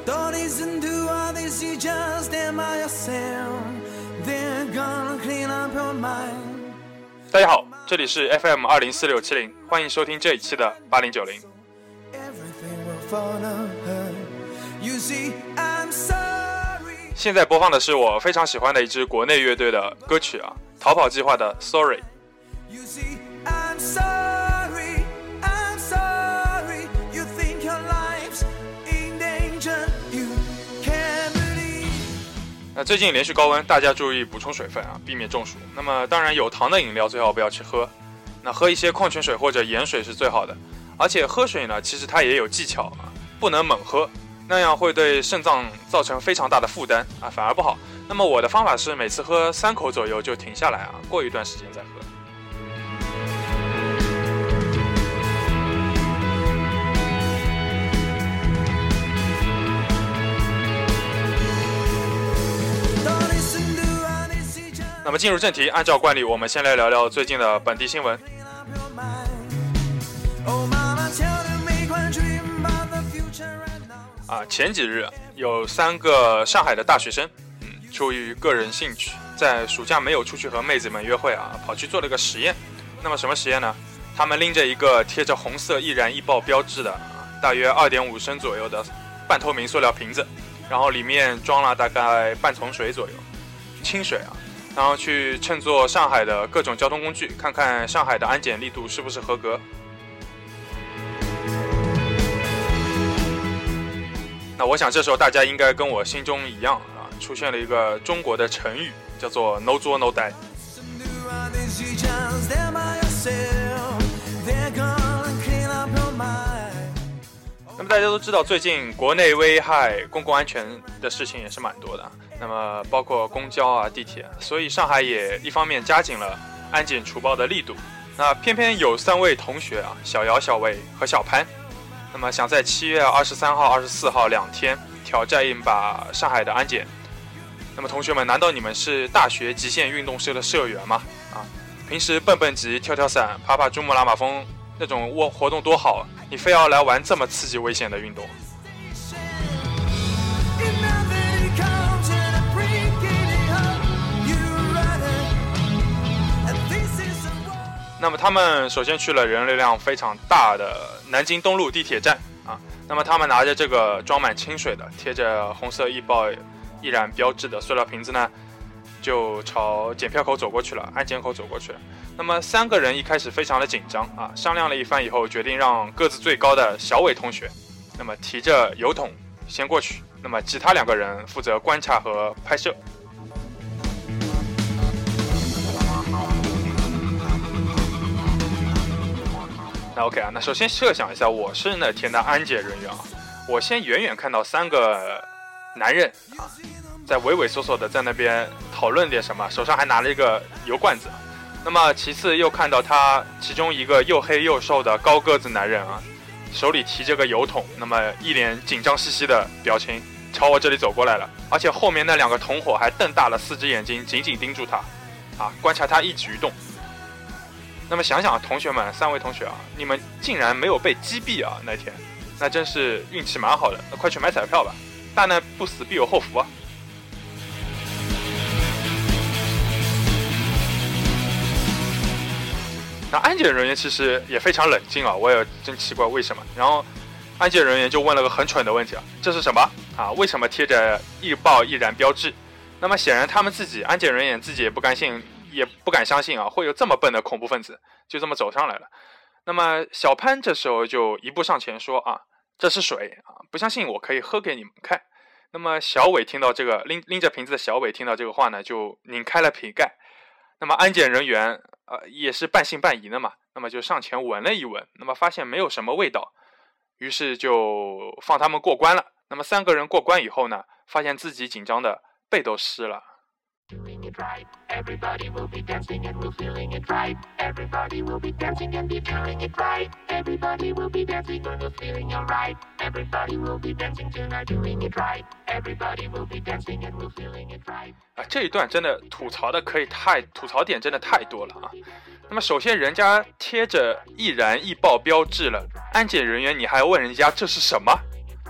Don't listen to all this, you just stand by yourself. They're gonna clean up your mind. 大家好，这里是 FM 204-670，欢迎收听这一期的8090。现在播放的是我非常喜欢的一支国内乐队的歌曲啊，逃跑计划的 Sorry。那最近连续高温，大家注意补充水分啊，避免中暑。那么当然有糖的饮料最好不要去喝，那喝一些矿泉水或者盐水是最好的。而且喝水呢，其实它也有技巧啊，不能猛喝，那样会对肾脏造成非常大的负担啊，反而不好。那么我的方法是每次喝3口左右就停下来啊，过一段时间再喝。那么进入正题，按照惯例，我们先来聊聊最近的本地新闻。前几日有3个上海的大学生，出于个人兴趣，在暑假没有出去和妹子们约会啊，跑去做了个实验。那么什么实验呢？他们拎着一个贴着红色易燃易爆标志的，大约2.5升左右的半透明塑料瓶子，然后里面装了大概半桶水左右，清水啊。然后去乘坐上海的各种交通工具，看看上海的安检力度是不是合格。那我想这时候大家应该跟我心中一样啊，出现了一个中国的成语，叫做 no 作 no die。那么大家都知道，最近国内危害公共安全的事情也是蛮多的，那么包括公交啊、地铁，所以上海也一方面加紧了安检除暴的力度。那偏偏有3位同学啊，小姚、小魏和小潘，那么想在7月23号、24号2天挑战一把上海的安检。那么同学们，难道你们是大学极限运动社的社员吗？平时蹦蹦极、跳跳伞、爬爬珠穆朗玛峰那种活动多好，你非要来玩这么刺激危险的运动？那么他们首先去了人流量非常大的南京东路地铁站啊，那么他们拿着这个装满清水的贴着红色易爆易燃标志的塑料瓶子呢，就朝检票口走过去了，安检口走过去了。那么3个人一开始非常的紧张啊，商量了一番以后，决定让个子最高的小伟同学，那么提着油桶先过去，那么其他2个人负责观察和拍摄。那 OK 啊，那首先设想一下，我是那天的安检人员啊，我先远远看到3个男人啊，在畏畏缩缩的在那边讨论点什么，手上还拿了一个油罐子。那么其次又看到他其中一个又黑又瘦的高个子男人啊，手里提着个油桶，那么一脸紧张兮兮的表情朝我这里走过来了，而且后面那2个同伙还瞪大了4只眼睛，紧紧盯住他啊，观察他一举一动。那么想想同学们，3位同学啊，你们竟然没有被击毙啊，那天那真是运气蛮好的，那快去买彩票吧，大难不死必有后福啊。那安检人员其实也非常冷静啊，我也真奇怪为什么。然后安检人员就问了个很蠢的问题啊，这是什么啊？为什么贴着易爆易燃标志？那么显然他们自己安检人员自己也不敢相信啊，会有这么笨的恐怖分子，就这么走上来了。那么小潘这时候就一步上前说啊，这是水啊，不相信我可以喝给你们看。那么小伟听到这个拎着瓶子的小伟听到这个话呢，就拧开了瓶盖。那么安检人员也是半信半疑的嘛，那么就上前闻了一闻，那么发现没有什么味道，于是就放他们过关了。那么3个人过关以后呢，发现自己紧张的背都湿了。Doing it right, everybody will be dancing and we're feeling it right. Everybody will be dancing and be feeling it right. Everybody will be dancing and we're feeling alright. Everybody will be dancing tonight, doing it right. Everybody will be dancing and we're feeling it right. 这一段真的吐槽点真的太多了啊！那么首先人家贴着易燃易爆标志了，安检人员你还问人家这是什么啊？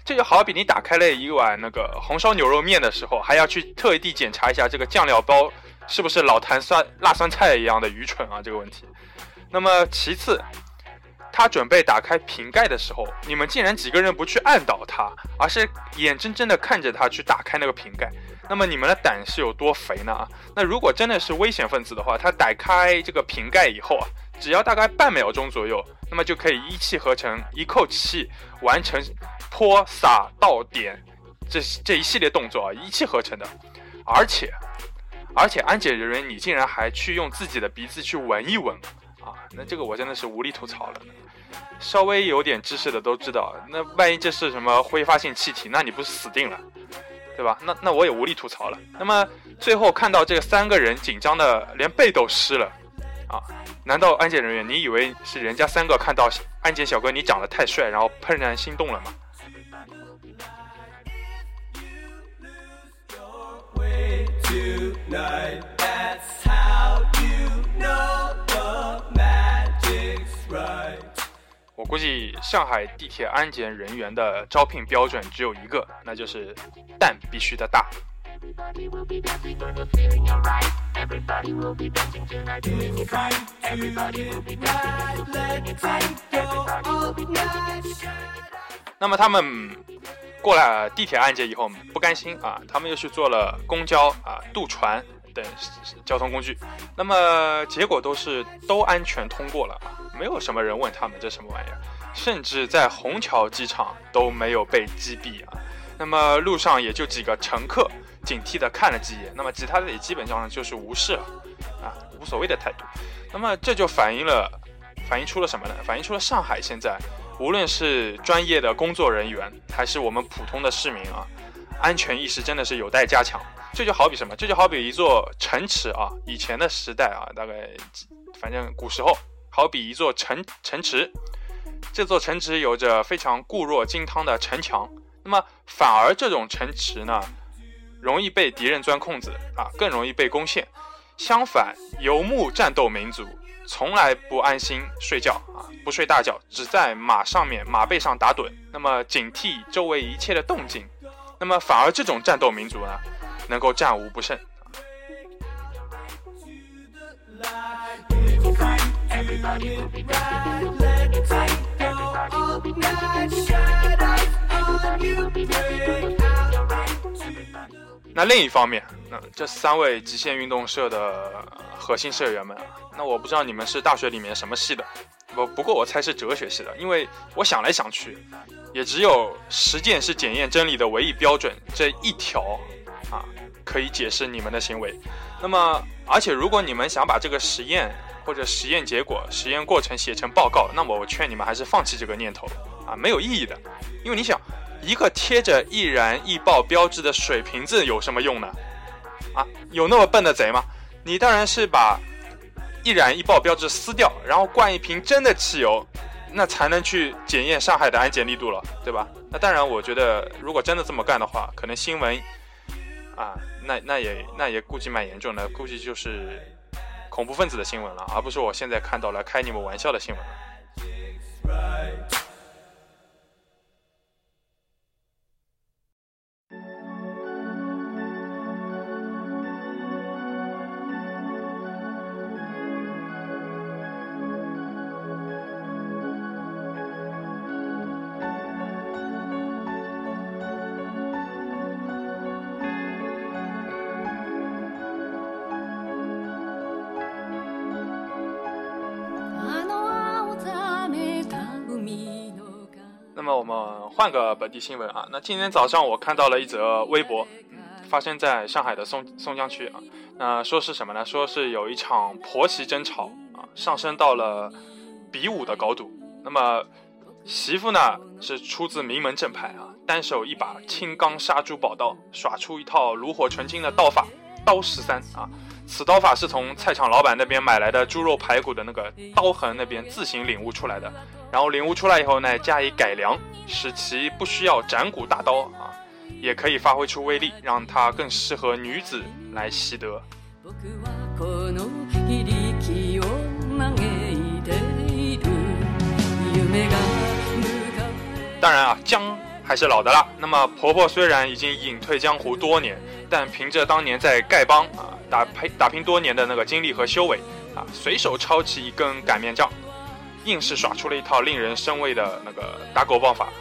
这就好比你打开了一碗那个红烧牛肉面的时候，还要去特地检查一下这个酱料包是不是老坛辣酸菜一样的愚蠢啊，这个问题。那么其次，他准备打开瓶盖的时候，你们竟然几个人不去按倒他，而是眼睁睁地看着他去打开那个瓶盖，那么你们的胆是有多肥呢？那如果真的是危险分子的话，他打开这个瓶盖以后啊，只要大概半秒钟左右，那么就可以一气呵成，一口气完成泼洒倒点这一系列动作啊，一气呵成的。而且安检人员你竟然还去用自己的鼻子去闻一闻啊，那这个我真的是无力吐槽了。稍微有点知识的都知道，那万一这是什么挥发性气体，那你不是死定了，对吧？那我也无力吐槽了。那么最后看到这个3个人紧张的连背都湿了啊，难道安检人员你以为是人家3个看到安检小哥你长得太帅，然后怦然心动了吗？我估计上海地铁安检人员的招聘标准只有一个，那就是蛋必须的大。那么他们过了地铁安检以后不甘心啊，他们又去做了公交啊、渡船等交通工具，那么结果都安全通过了，没有什么人问他们这什么玩意儿，甚至在虹桥机场都没有被击毙啊。那么路上也就几个乘客警惕地看了几眼，那么其他的也基本上就是无视了啊，无所谓的态度。那么这就反映出了什么呢？反映出了上海现在无论是专业的工作人员还是我们普通的市民啊，安全意识真的是有待加强。这就好比什么？这就好比一座城池啊，以前的时代啊，大概反正古时候，好比一座城池，这座城池有着非常固若金汤的城墙，那么反而这种城池呢，容易被敌人钻空子啊，更容易被攻陷。相反，游牧战斗民族从来不安心睡觉啊，不睡大觉，只在马背上打盹，那么警惕周围一切的动静。那么反而这种战斗民族呢，能够战无不胜。那另一方面，这3位极限运动社的核心社员们，那我不知道你们是大学里面什么系的，不过我猜是哲学系的，因为我想来想去，也只有实践是检验真理的唯一标准这一条啊，可以解释你们的行为。那么，而且如果你们想把这个实验或者实验结果、实验过程写成报告，那么我劝你们还是放弃这个念头啊，没有意义的。因为你想，一个贴着易燃易爆标志的水瓶子有什么用呢？啊，有那么笨的贼吗？你当然是把易燃易爆标志撕掉，然后灌一瓶真的汽油，那才能去检验上海的安检力度了，对吧？那当然，我觉得如果真的这么干的话，可能新闻啊，那也估计蛮严重的，估计就是恐怖分子的新闻了，而不是我现在看到了开你们玩笑的新闻了。那么我们换个本地新闻啊，那今天早上我看到了一则微博，发生在上海的松江区啊。那说是什么呢？说是有一场婆媳争吵啊，上升到了比武的高度。那么媳妇呢是出自名门正派啊，单手一把青钢杀猪宝刀，耍出一套炉火纯青的刀法刀13啊。此刀法是从菜场老板那边买来的猪肉排骨的那个刀痕那边自行领悟出来的，然后领悟出来以后呢，加以改良，使其不需要斩骨大刀啊，也可以发挥出威力，让它更适合女子来习得。当然啊，姜还是老的辣。那么婆婆虽然已经隐退江湖多年，但凭着当年在丐帮打拼多年的那个经历和修为随手抄起一根擀面杖，硬是耍出了一套令人生畏的那个打狗棒法。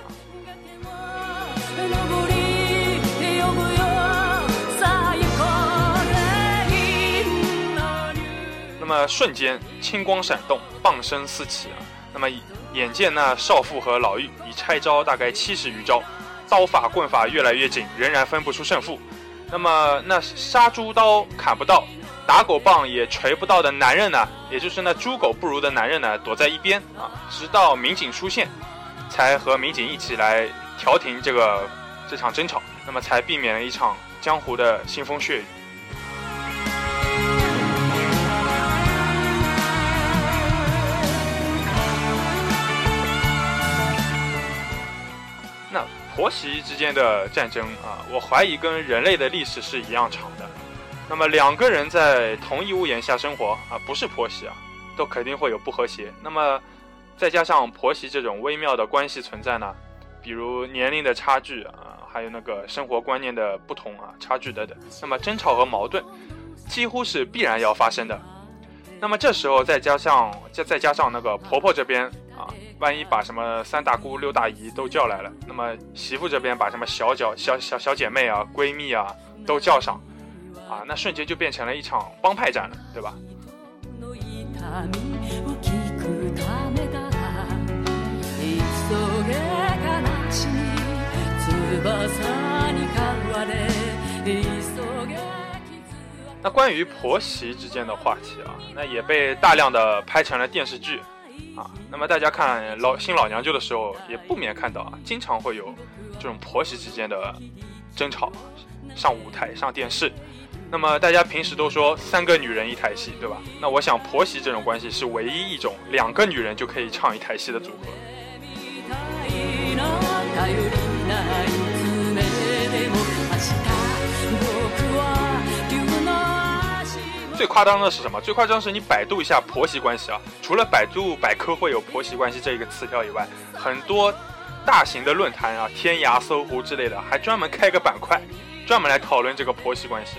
那么瞬间青光闪动，棒声四起那么眼见那少妇和老妪已拆招大概70余招，刀法棍法越来越紧，仍然分不出胜负。那么那杀猪刀砍不到，打狗棒也锤不到的男人呢，也就是那猪狗不如的男人呢，躲在一边直到民警出现，才和民警一起来调停这场争吵，那么才避免了一场江湖的腥风血雨。那婆媳之间的战争我怀疑跟人类的历史是一样长的。那么两个人在同一屋檐下生活不是婆媳都肯定会有不和谐。那么再加上婆媳这种微妙的关系存在呢，比如年龄的差距还有那个生活观念的不同差距等等，那么争吵和矛盾几乎是必然要发生的。那么这时候再加上那个婆婆这边万一把什么3大姑6大姨都叫来了，那么媳妇这边把什么小姐妹闺蜜都叫上那瞬间就变成了一场帮派战了，对吧？那关于婆媳之间的话题那也被大量的拍成了电视剧那么大家看新老娘舅的时候，也不免看到经常会有这种婆媳之间的争吵上舞台上电视。那么大家平时都说3个女人一台戏，对吧？那我想婆媳这种关系是唯一一种2个女人就可以唱一台戏的组合。最夸张的是什么？最夸张是你百度一下婆媳关系除了百度百科会有婆媳关系这一个词条以外，很多大型的论坛天涯、搜狐之类的还专门开个板块，专门来讨论这个婆媳关系。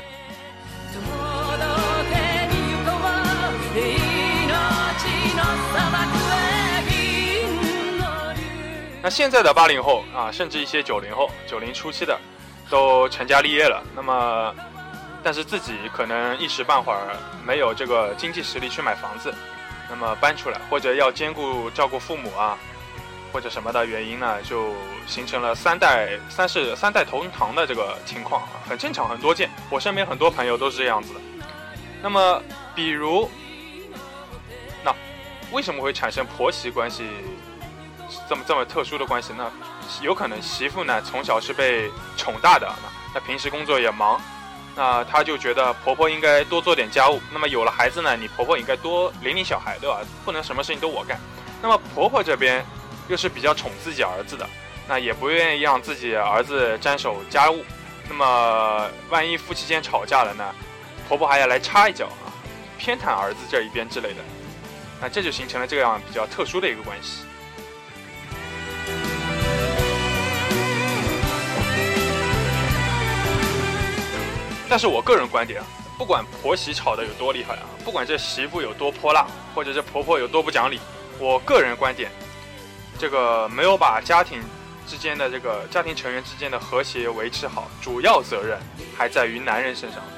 那现在的80后甚至一些90后90初期的都成家立业了，那么但是自己可能一时半会儿没有这个经济实力去买房子，那么搬出来，或者要兼顾照顾父母或者什么的原因呢，就形成了三代同堂的这个情况很正常，很多见。我身边很多朋友都是这样子的。那么比如那为什么会产生婆媳关系这么特殊的关系呢？有可能媳妇呢从小是被宠大的，那平时工作也忙，那她就觉得婆婆应该多做点家务。那么有了孩子呢，你婆婆应该多领小孩，对吧？不能什么事情都我干。那么婆婆这边又是比较宠自己儿子的，那也不愿意让自己儿子沾手家务。那么万一夫妻间吵架了呢，婆婆还要来插一脚偏袒儿子这一边之类的。那这就形成了这样比较特殊的一个关系。但是我个人观点不管婆媳吵得有多厉害不管这媳妇有多泼辣，或者这婆婆有多不讲理，我个人观点，这个没有把家庭之间的这个家庭成员之间的和谐维持好，主要责任还在于男人身上。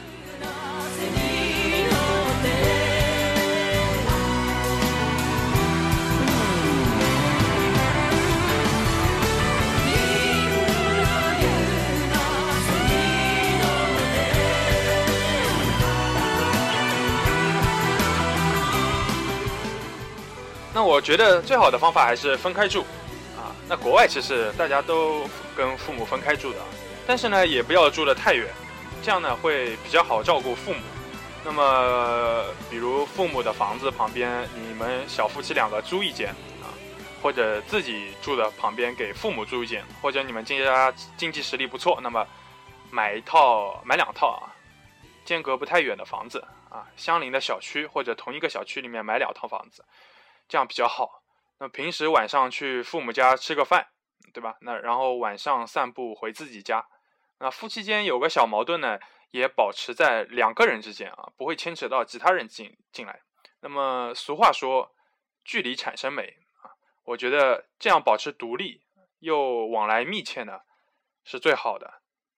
那我觉得最好的方法还是分开住那国外其实大家都跟父母分开住的，但是呢也不要住得太远，这样呢会比较好照顾父母。那么比如父母的房子旁边，你们小夫妻2个租一间或者自己住的旁边给父母住一间，或者你们经济实力不错，那么买2套间隔不太远的房子相邻的小区或者同一个小区里面买2套房子，这样比较好。那平时晚上去父母家吃个饭， 对吧？那然后晚上散步回自己家。那夫妻间有个小矛盾呢，也保持在2个人之间啊，不会牵扯到其他人进来。那么俗话说，距离产生美啊，我觉得这样保持独立又往来密切呢，是最好的。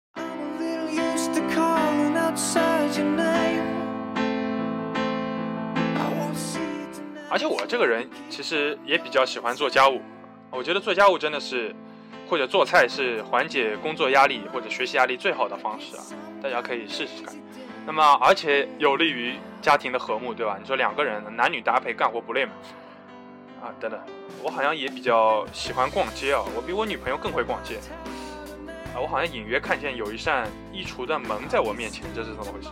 而且我这个人其实也比较喜欢做家务，我觉得做家务真的是，或者做菜是缓解工作压力或者学习压力最好的方式啊，大家可以试试看。那么而且有利于家庭的和睦，对吧？你说2个人男女搭配干活不累嘛？啊，等等，我好像也比较喜欢逛街啊，我比我女朋友更会逛街啊，我好像隐约看见有一扇衣橱的门在我面前，这是怎么回事？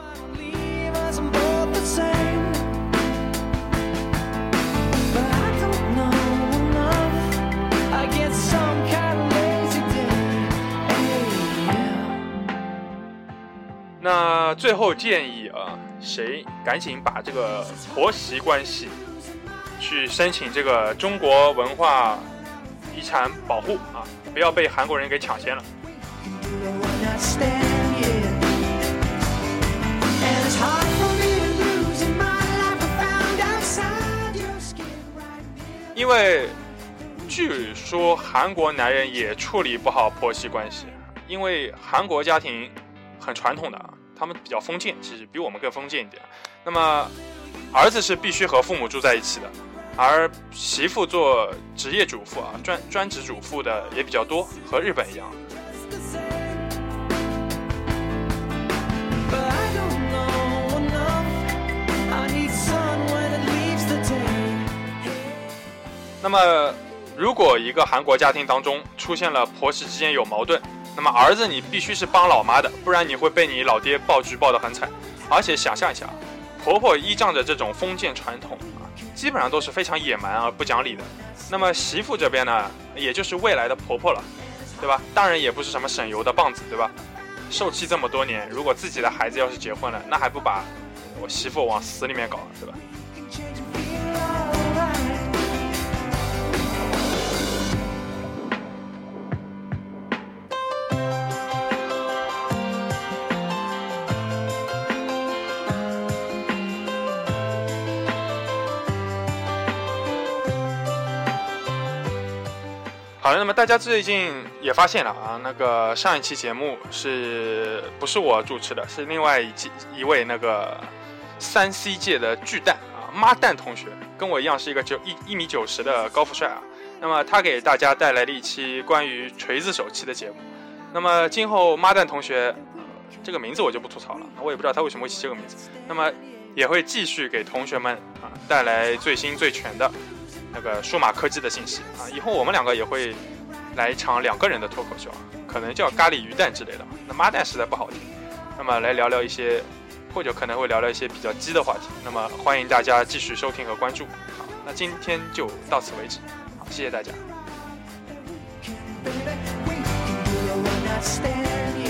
那最后建议啊，谁赶紧把这个婆媳关系去申请这个中国文化遗产保护啊，不要被韩国人给抢先了。因为据说韩国男人也处理不好婆媳关系，因为韩国家庭很传统的啊，他们比较封建，其实比我们更封建一点。那么儿子是必须和父母住在一起的，而媳妇做职业主妇啊，专职主妇的也比较多，和日本一样。那么如果一个韩国家庭当中出现了婆媳之间有矛盾，那么儿子你必须是帮老妈的，不然你会被你老爹爆菊爆得很惨。而且想象一下，婆婆依仗着这种封建传统啊，基本上都是非常野蛮而不讲理的。那么媳妇这边呢，也就是未来的婆婆了，对吧？当然也不是什么省油的棒子，对吧？受气这么多年，如果自己的孩子要是结婚了，那还不把我媳妇往死里面搞，对吧？好了，那么大家最近也发现了啊，那个上一期节目不是我主持的，是另外一位那个3C 界的巨蛋啊，妈蛋同学，跟我一样是一个1.90米的高富帅啊。那么他给大家带来了一期关于锤子手气的节目。那么今后妈蛋同学，这个名字我就不吐槽了，我也不知道他为什么会起这个名字。那么也会继续给同学们啊带来最新最全的那个数码科技的信息啊，以后我们2个也会来一场2个人的脱口秀啊，可能叫咖喱鱼蛋之类的。那妈蛋实在不好听，那么来聊聊一些，或者可能会聊聊一些比较激的话题。那么欢迎大家继续收听和关注。好，那今天就到此为止。好，谢谢大家。